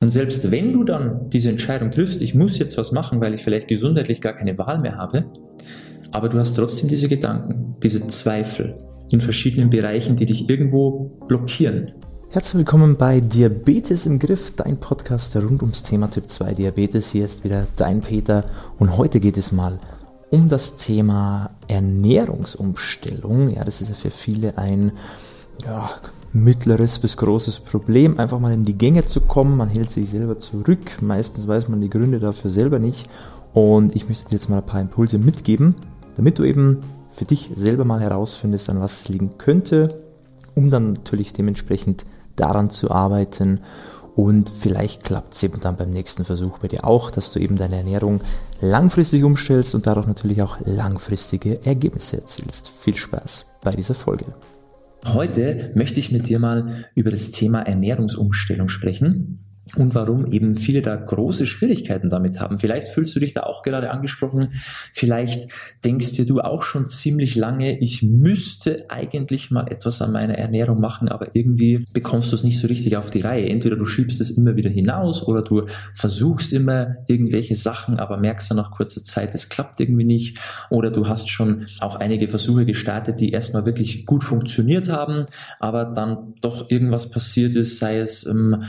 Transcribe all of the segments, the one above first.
Und selbst wenn du dann diese Entscheidung triffst, ich muss jetzt was machen, weil ich vielleicht gesundheitlich gar keine Wahl mehr habe, aber du hast trotzdem diese Gedanken, diese Zweifel in verschiedenen Bereichen, die dich irgendwo blockieren. Herzlich willkommen bei Diabetes im Griff, dein Podcast rund ums Thema Typ 2 Diabetes. Hier ist wieder dein Peter und heute geht es mal um das Thema Ernährungsumstellung. Ja, das ist ja für viele ein mittleres bis großes Problem, einfach mal in die Gänge zu kommen. Man hält sich selber zurück, meistens weiß man die Gründe dafür selber nicht und ich möchte dir jetzt mal ein paar Impulse mitgeben, damit du eben für dich selber mal herausfindest, an was es liegen könnte, um dann natürlich dementsprechend daran zu arbeiten und vielleicht klappt es eben dann beim nächsten Versuch bei dir auch, dass du eben deine Ernährung langfristig umstellst und dadurch natürlich auch langfristige Ergebnisse erzielst. Viel Spaß bei dieser Folge. Heute möchte ich mit dir mal über das Thema Ernährungsumstellung sprechen und warum eben viele da große Schwierigkeiten damit haben. Vielleicht fühlst du dich da auch gerade angesprochen, vielleicht denkst dir du auch schon ziemlich lange, ich müsste eigentlich mal etwas an meiner Ernährung machen, aber irgendwie bekommst du es nicht so richtig auf die Reihe. Entweder du schiebst es immer wieder hinaus oder du versuchst immer irgendwelche Sachen, aber merkst dann nach kurzer Zeit, es klappt irgendwie nicht. Oder du hast schon auch einige Versuche gestartet, die erstmal wirklich gut funktioniert haben, aber dann doch irgendwas passiert ist, sei es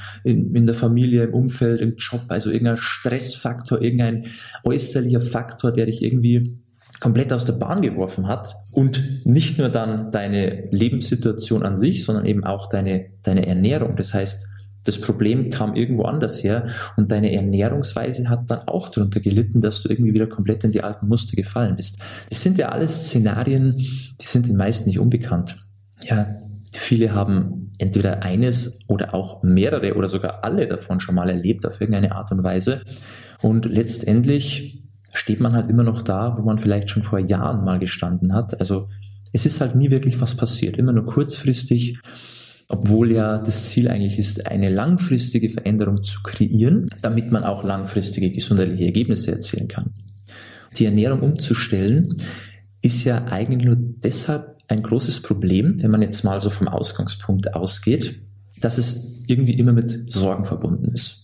in der Familie, im Umfeld, im Job, also irgendein Stressfaktor, irgendein äußerlicher Faktor, der dich irgendwie komplett aus der Bahn geworfen hat und nicht nur dann deine Lebenssituation an sich, sondern eben auch deine Ernährung. Das heißt, das Problem kam irgendwo anders her und deine Ernährungsweise hat dann auch darunter gelitten, dass du irgendwie wieder komplett in die alten Muster gefallen bist. Das sind ja alles Szenarien, die sind den meisten nicht unbekannt. Ja, viele haben entweder eines oder auch mehrere oder sogar alle davon schon mal erlebt auf irgendeine Art und Weise. Und letztendlich steht man halt immer noch da, wo man vielleicht schon vor Jahren mal gestanden hat. Also es ist halt nie wirklich was passiert, immer nur kurzfristig, obwohl ja das Ziel eigentlich ist, eine langfristige Veränderung zu kreieren, damit man auch langfristige gesundheitliche Ergebnisse erzielen kann. Die Ernährung umzustellen ist ja eigentlich nur deshalb ein großes Problem, wenn man jetzt mal so vom Ausgangspunkt ausgeht, dass es irgendwie immer mit Sorgen verbunden ist.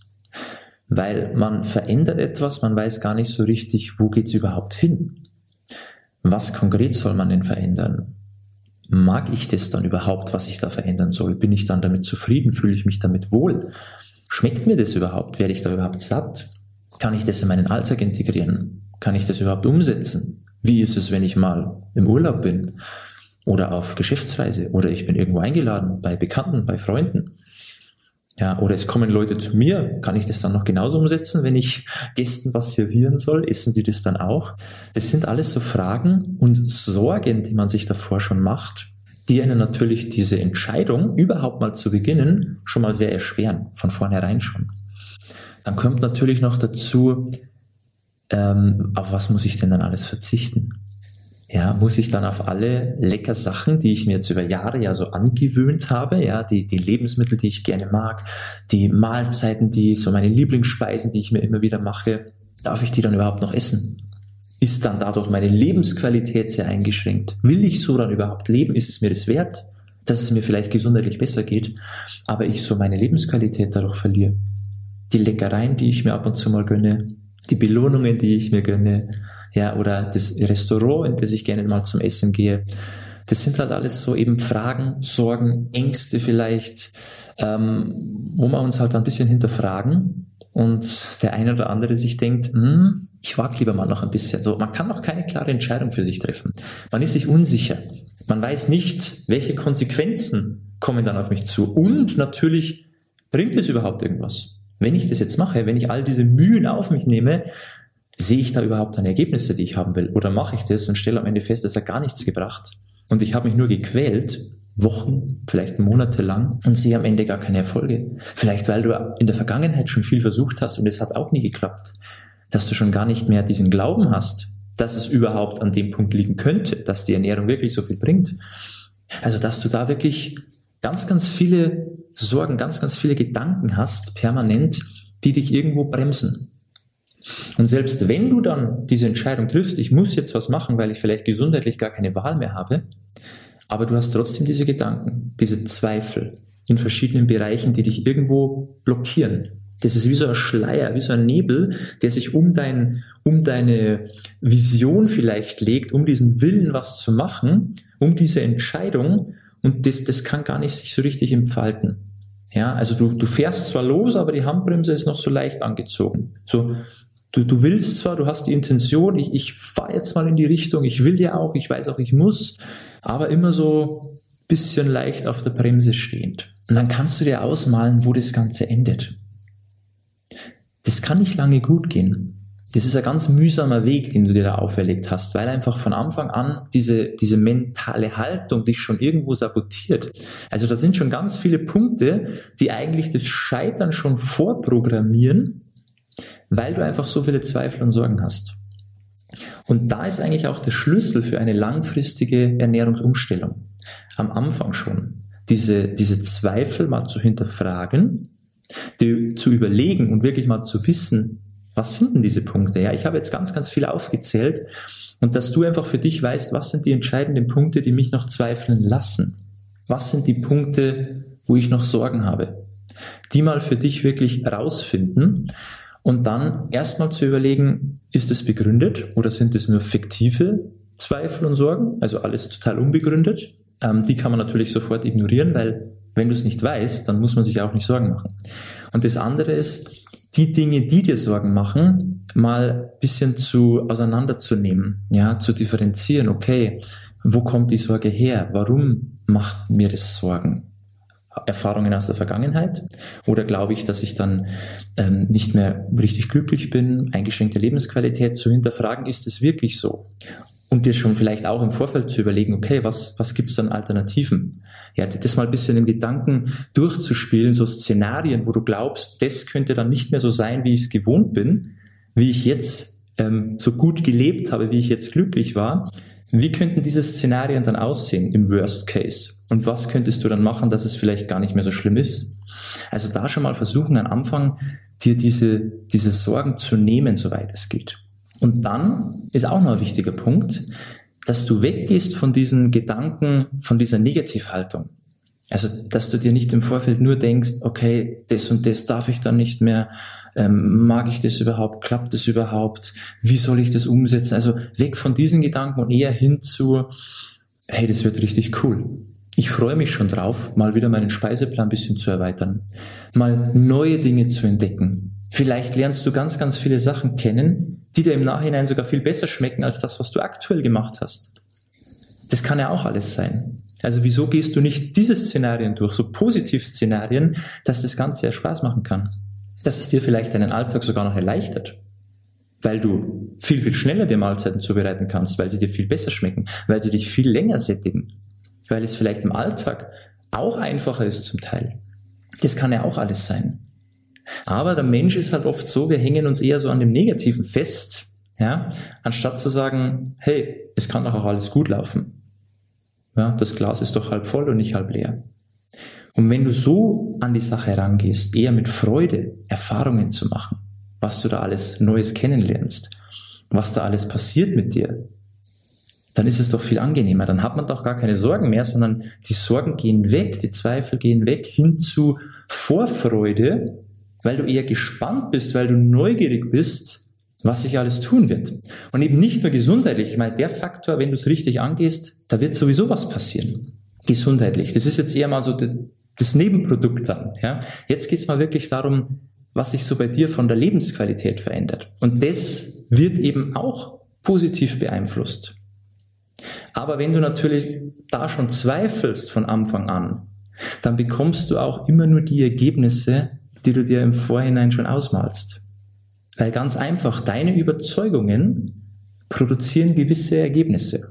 Weil man verändert etwas, man weiß gar nicht so richtig, wo geht's überhaupt hin? Was konkret soll man denn verändern? Mag ich das dann überhaupt, was ich da verändern soll? Bin ich dann damit zufrieden? Fühle ich mich damit wohl? Schmeckt mir das überhaupt? Werde ich da überhaupt satt? Kann ich das in meinen Alltag integrieren? Kann ich das überhaupt umsetzen? Wie ist es, wenn ich mal im Urlaub bin? Oder auf Geschäftsreise, oder ich bin irgendwo eingeladen, bei Bekannten, bei Freunden. Ja, oder es kommen Leute zu mir, kann ich das dann noch genauso umsetzen, wenn ich Gästen was servieren soll? Essen die das dann auch? Das sind alles so Fragen und Sorgen, die man sich davor schon macht, die einen natürlich diese Entscheidung, überhaupt mal zu beginnen, schon mal sehr erschweren, von vornherein schon. Dann kommt natürlich noch dazu, auf was muss ich denn dann alles verzichten? Ja, muss ich dann auf alle lecker Sachen, die ich mir jetzt über Jahre ja so angewöhnt habe, ja, die Lebensmittel, die ich gerne mag, die Mahlzeiten, die so meine Lieblingsspeisen, die ich mir immer wieder mache, darf ich die dann überhaupt noch essen? Ist dann dadurch meine Lebensqualität sehr eingeschränkt? Will ich so dann überhaupt leben? Ist es mir das wert, dass es mir vielleicht gesundheitlich besser geht, aber ich so meine Lebensqualität dadurch verliere? Die Leckereien, die ich mir ab und zu mal gönne, die Belohnungen, die ich mir gönne, ja, oder das Restaurant, in das ich gerne mal zum Essen gehe. Das sind halt alles so eben Fragen, Sorgen, Ängste vielleicht, wo wir uns halt ein bisschen hinterfragen und der eine oder andere sich denkt, ich warte lieber mal noch ein bisschen. So, man kann noch keine klare Entscheidung für sich treffen. Man ist sich unsicher. Man weiß nicht, welche Konsequenzen kommen dann auf mich zu. Und natürlich, bringt es überhaupt irgendwas? Wenn ich das jetzt mache, wenn ich all diese Mühen auf mich nehme, sehe ich da überhaupt eine Ergebnisse, die ich haben will? Oder mache ich das und stelle am Ende fest, das hat gar nichts gebracht? Und ich habe mich nur gequält, Wochen, vielleicht Monate lang und sehe am Ende gar keine Erfolge. Vielleicht, weil du in der Vergangenheit schon viel versucht hast und es hat auch nie geklappt. Dass du schon gar nicht mehr diesen Glauben hast, dass es überhaupt an dem Punkt liegen könnte, dass die Ernährung wirklich so viel bringt. Also, dass du da wirklich ganz, ganz viele Sorgen, ganz, ganz viele Gedanken hast, permanent, die dich irgendwo bremsen. Und selbst wenn du dann diese Entscheidung triffst, ich muss jetzt was machen, weil ich vielleicht gesundheitlich gar keine Wahl mehr habe, aber du hast trotzdem diese Gedanken, diese Zweifel in verschiedenen Bereichen, die dich irgendwo blockieren. Das ist wie so ein Schleier, wie so ein Nebel, der sich um deine Vision vielleicht legt, um diesen Willen, was zu machen, um diese Entscheidung, und das kann gar nicht sich so richtig entfalten. Ja, also du fährst zwar los, aber die Handbremse ist noch so leicht angezogen. So, du willst zwar, du hast die Intention, ich fahre jetzt mal in die Richtung, ich will ja auch, ich weiß auch, ich muss, aber immer so ein bisschen leicht auf der Bremse stehend. Und dann kannst du dir ausmalen, wo das Ganze endet. Das kann nicht lange gut gehen. Das ist ein ganz mühsamer Weg, den du dir da auferlegt hast, weil einfach von Anfang an diese mentale Haltung dich schon irgendwo sabotiert. Also da sind schon ganz viele Punkte, die eigentlich das Scheitern schon vorprogrammieren, weil du einfach so viele Zweifel und Sorgen hast. Und da ist eigentlich auch der Schlüssel für eine langfristige Ernährungsumstellung. Am Anfang schon. Diese Zweifel mal zu hinterfragen, die zu überlegen und wirklich mal zu wissen, was sind denn diese Punkte? Ja, ich habe jetzt ganz, ganz viel aufgezählt, und dass du einfach für dich weißt, was sind die entscheidenden Punkte, die mich noch zweifeln lassen? Was sind die Punkte, wo ich noch Sorgen habe? Die mal für dich wirklich rausfinden und dann erstmal zu überlegen, ist es begründet oder sind es nur fiktive Zweifel und Sorgen? Also alles total unbegründet. Die kann man natürlich sofort ignorieren, weil wenn du es nicht weißt, dann muss man sich auch nicht Sorgen machen. Und das andere ist, die Dinge, die dir Sorgen machen, mal ein bisschen auseinanderzunehmen, ja, zu differenzieren. Okay, wo kommt die Sorge her? Warum macht mir das Sorgen? Erfahrungen aus der Vergangenheit? Oder glaube ich, dass ich dann nicht mehr richtig glücklich bin? Eingeschränkte Lebensqualität zu hinterfragen, ist es wirklich so? Und dir schon vielleicht auch im Vorfeld zu überlegen, okay, was gibt's dann Alternativen? Ja, das mal ein bisschen im Gedanken durchzuspielen, so Szenarien, wo du glaubst, das könnte dann nicht mehr so sein, wie ich es gewohnt bin, wie ich jetzt so gut gelebt habe, wie ich jetzt glücklich war. Wie könnten diese Szenarien dann aussehen im Worst Case? Und was könntest du dann machen, dass es vielleicht gar nicht mehr so schlimm ist? Also da schon mal versuchen, am Anfang dir diese Sorgen zu nehmen, soweit es geht. Und dann ist auch noch ein wichtiger Punkt, dass du weggehst von diesen Gedanken, von dieser Negativhaltung. Also, dass du dir nicht im Vorfeld nur denkst, okay, das und das darf ich dann nicht mehr, mag ich das überhaupt, klappt das überhaupt, wie soll ich das umsetzen? Also weg von diesen Gedanken und eher hin zu, hey, das wird richtig cool. Ich freue mich schon drauf, mal wieder meinen Speiseplan ein bisschen zu erweitern, mal neue Dinge zu entdecken. Vielleicht lernst du ganz, ganz viele Sachen kennen, die dir im Nachhinein sogar viel besser schmecken als das, was du aktuell gemacht hast. Das kann ja auch alles sein. Also wieso gehst du nicht diese Szenarien durch, so Positiv-Szenarien, dass das Ganze ja Spaß machen kann? Dass es dir vielleicht deinen Alltag sogar noch erleichtert, weil du viel, viel schneller dir Mahlzeiten zubereiten kannst, weil sie dir viel besser schmecken, weil sie dich viel länger sättigen, weil es vielleicht im Alltag auch einfacher ist zum Teil. Das kann ja auch alles sein. Aber der Mensch ist halt oft so, wir hängen uns eher so an dem Negativen fest, ja, anstatt zu sagen, hey, es kann doch auch alles gut laufen. Ja, das Glas ist doch halb voll und nicht halb leer. Und wenn du so an die Sache herangehst, eher mit Freude Erfahrungen zu machen, was du da alles Neues kennenlernst, was da alles passiert mit dir, dann ist es doch viel angenehmer. Dann hat man doch gar keine Sorgen mehr, sondern die Sorgen gehen weg, die Zweifel gehen weg, hin zu Vorfreude, weil du eher gespannt bist, weil du neugierig bist, was sich alles tun wird. Und eben nicht nur gesundheitlich. Ich meine, der Faktor, wenn du es richtig angehst, da wird sowieso was passieren. Gesundheitlich. Das ist jetzt eher mal so das Nebenprodukt dann. Ja? Jetzt geht's mal wirklich darum, was sich so bei dir von der Lebensqualität verändert. Und das wird eben auch positiv beeinflusst. Aber wenn du natürlich da schon zweifelst von Anfang an, dann bekommst du auch immer nur die Ergebnisse, die du dir im Vorhinein schon ausmalst. Weil ganz einfach, deine Überzeugungen produzieren gewisse Ergebnisse.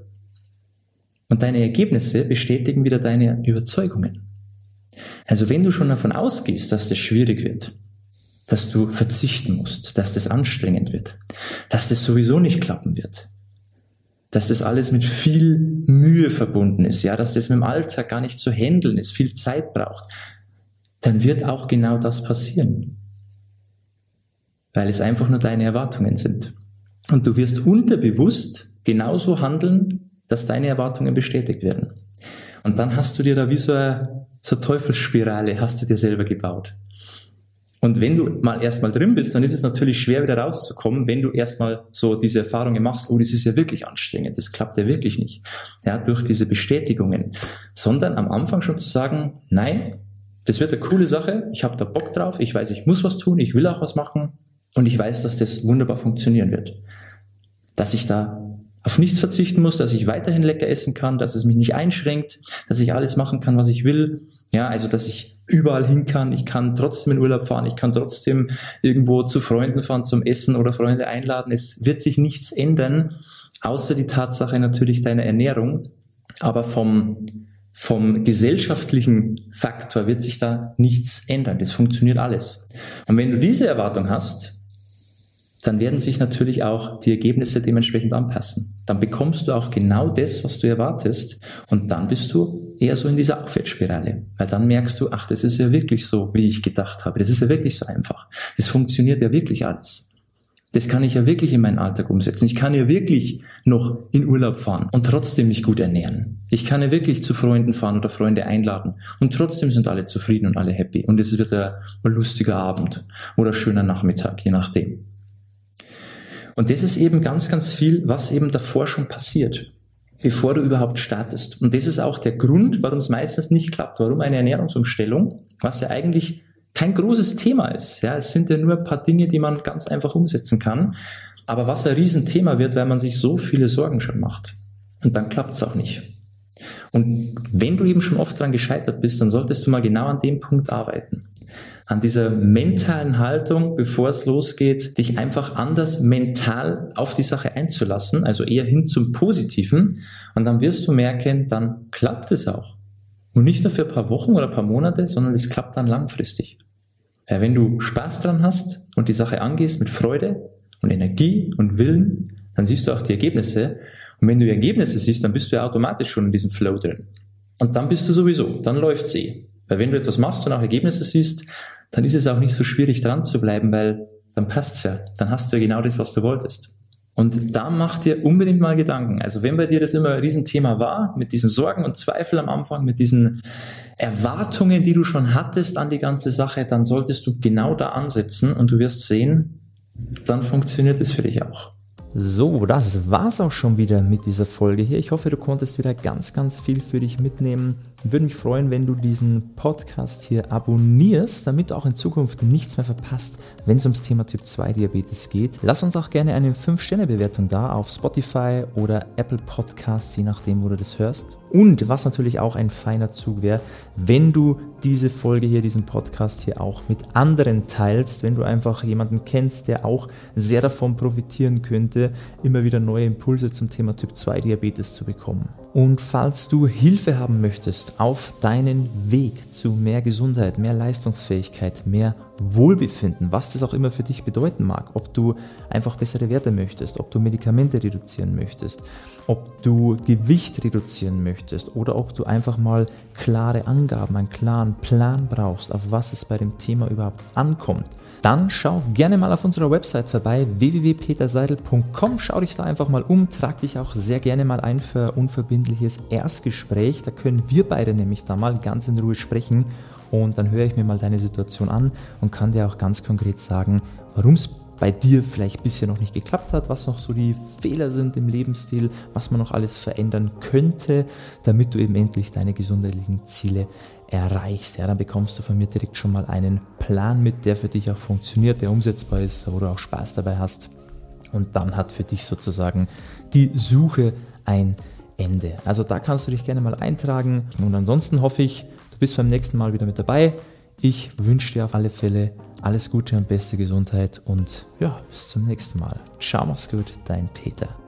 Und deine Ergebnisse bestätigen wieder deine Überzeugungen. Also wenn du schon davon ausgehst, dass das schwierig wird, dass du verzichten musst, dass das anstrengend wird, dass das sowieso nicht klappen wird, dass das alles mit viel Mühe verbunden ist, ja, dass das mit dem Alltag gar nicht zu handeln ist, viel Zeit braucht, dann wird auch genau das passieren. Weil es einfach nur deine Erwartungen sind. Und du wirst unterbewusst genauso handeln, dass deine Erwartungen bestätigt werden. Und dann hast du dir da wie so eine Teufelsspirale hast du dir selber gebaut. Und wenn du mal erstmal drin bist, dann ist es natürlich schwer wieder rauszukommen, wenn du erstmal so diese Erfahrungen machst, oh, das ist ja wirklich anstrengend, das klappt ja wirklich nicht, ja, durch diese Bestätigungen, sondern am Anfang schon zu sagen, nein, das wird eine coole Sache, ich habe da Bock drauf, ich weiß, ich muss was tun, ich will auch was machen und ich weiß, dass das wunderbar funktionieren wird, dass ich da auf nichts verzichten muss, dass ich weiterhin lecker essen kann, dass es mich nicht einschränkt, dass ich alles machen kann, was ich will, ja, also dass ich überall hin kann, ich kann trotzdem in Urlaub fahren, ich kann trotzdem irgendwo zu Freunden fahren zum Essen oder Freunde einladen. Es wird sich nichts ändern, außer die Tatsache natürlich deiner Ernährung. Aber vom gesellschaftlichen Faktor wird sich da nichts ändern. Das funktioniert alles. Und wenn du diese Erwartung hast, dann werden sich natürlich auch die Ergebnisse dementsprechend anpassen. Dann bekommst du auch genau das, was du erwartest, und dann bist du eher so in dieser Aufwärtsspirale, weil dann merkst du, ach, das ist ja wirklich so, wie ich gedacht habe. Das ist ja wirklich so einfach. Das funktioniert ja wirklich alles. Das kann ich ja wirklich in meinen Alltag umsetzen. Ich kann ja wirklich noch in Urlaub fahren und trotzdem mich gut ernähren. Ich kann ja wirklich zu Freunden fahren oder Freunde einladen und trotzdem sind alle zufrieden und alle happy. Und es wird ein lustiger Abend oder ein schöner Nachmittag, je nachdem. Und das ist eben ganz, ganz viel, was eben davor schon passiert, bevor du überhaupt startest. Und das ist auch der Grund, warum es meistens nicht klappt, warum eine Ernährungsumstellung, was ja eigentlich kein großes Thema ist. Ja, es sind ja nur ein paar Dinge, die man ganz einfach umsetzen kann, aber was ein Riesenthema wird, weil man sich so viele Sorgen schon macht. Und dann klappt es auch nicht. Und wenn du eben schon oft daran gescheitert bist, dann solltest du mal genau an dem Punkt arbeiten. An dieser mentalen Haltung, bevor es losgeht, dich einfach anders mental auf die Sache einzulassen, also eher hin zum Positiven. Und dann wirst du merken, dann klappt es auch. Und nicht nur für ein paar Wochen oder ein paar Monate, sondern es klappt dann langfristig. Wenn du Spaß dran hast und die Sache angehst mit Freude und Energie und Willen, dann siehst du auch die Ergebnisse. Und wenn du die Ergebnisse siehst, dann bist du ja automatisch schon in diesem Flow drin. Und dann bist du sowieso, dann läuft's eh. Weil wenn du etwas machst und auch Ergebnisse siehst, dann ist es auch nicht so schwierig dran zu bleiben, weil dann passt's ja. Dann hast du ja genau das, was du wolltest. Und da mach dir unbedingt mal Gedanken. Also wenn bei dir das immer ein Riesenthema war, mit diesen Sorgen und Zweifeln am Anfang, mit diesen Erwartungen, die du schon hattest an die ganze Sache, dann solltest du genau da ansetzen und du wirst sehen, dann funktioniert es für dich auch. So, das war's auch schon wieder mit dieser Folge hier. Ich hoffe, du konntest wieder ganz, ganz viel für dich mitnehmen. Würde mich freuen, wenn du diesen Podcast hier abonnierst, damit du auch in Zukunft nichts mehr verpasst, wenn es ums Thema Typ 2 Diabetes geht. Lass uns auch gerne eine 5-Sterne-Bewertung da auf Spotify oder Apple Podcasts, je nachdem, wo du das hörst. Und was natürlich auch ein feiner Zug wäre, wenn du diese Folge hier, diesen Podcast hier auch mit anderen teilst, wenn du einfach jemanden kennst, der auch sehr davon profitieren könnte, immer wieder neue Impulse zum Thema Typ 2 Diabetes zu bekommen. Und falls du Hilfe haben möchtest auf deinen Weg zu mehr Gesundheit, mehr Leistungsfähigkeit, mehr Wohlbefinden, was das auch immer für dich bedeuten mag, ob du einfach bessere Werte möchtest, ob du Medikamente reduzieren möchtest, ob du Gewicht reduzieren möchtest oder ob du einfach mal klare Angaben, einen klaren Plan brauchst, auf was es bei dem Thema überhaupt ankommt, dann schau gerne mal auf unserer Website vorbei, www.peterseidel.com. Schau dich da einfach mal um, trag dich auch sehr gerne mal ein für ein unverbindliches Erstgespräch. Da können wir beide nämlich da mal ganz in Ruhe sprechen und dann höre ich mir mal deine Situation an und kann dir auch ganz konkret sagen, warum es bei dir vielleicht bisher noch nicht geklappt hat, was noch so die Fehler sind im Lebensstil, was man noch alles verändern könnte, damit du eben endlich deine gesundheitlichen Ziele erreichst. Ja, dann bekommst du von mir direkt schon mal einen Plan mit, der für dich auch funktioniert, der umsetzbar ist, wo du auch Spaß dabei hast. Und dann hat für dich sozusagen die Suche ein Ende. Also da kannst du dich gerne mal eintragen. Und ansonsten hoffe ich, du bist beim nächsten Mal wieder mit dabei. Ich wünsche dir auf alle Fälle alles Gute und beste Gesundheit und ja, bis zum nächsten Mal. Ciao, mach's gut, dein Peter.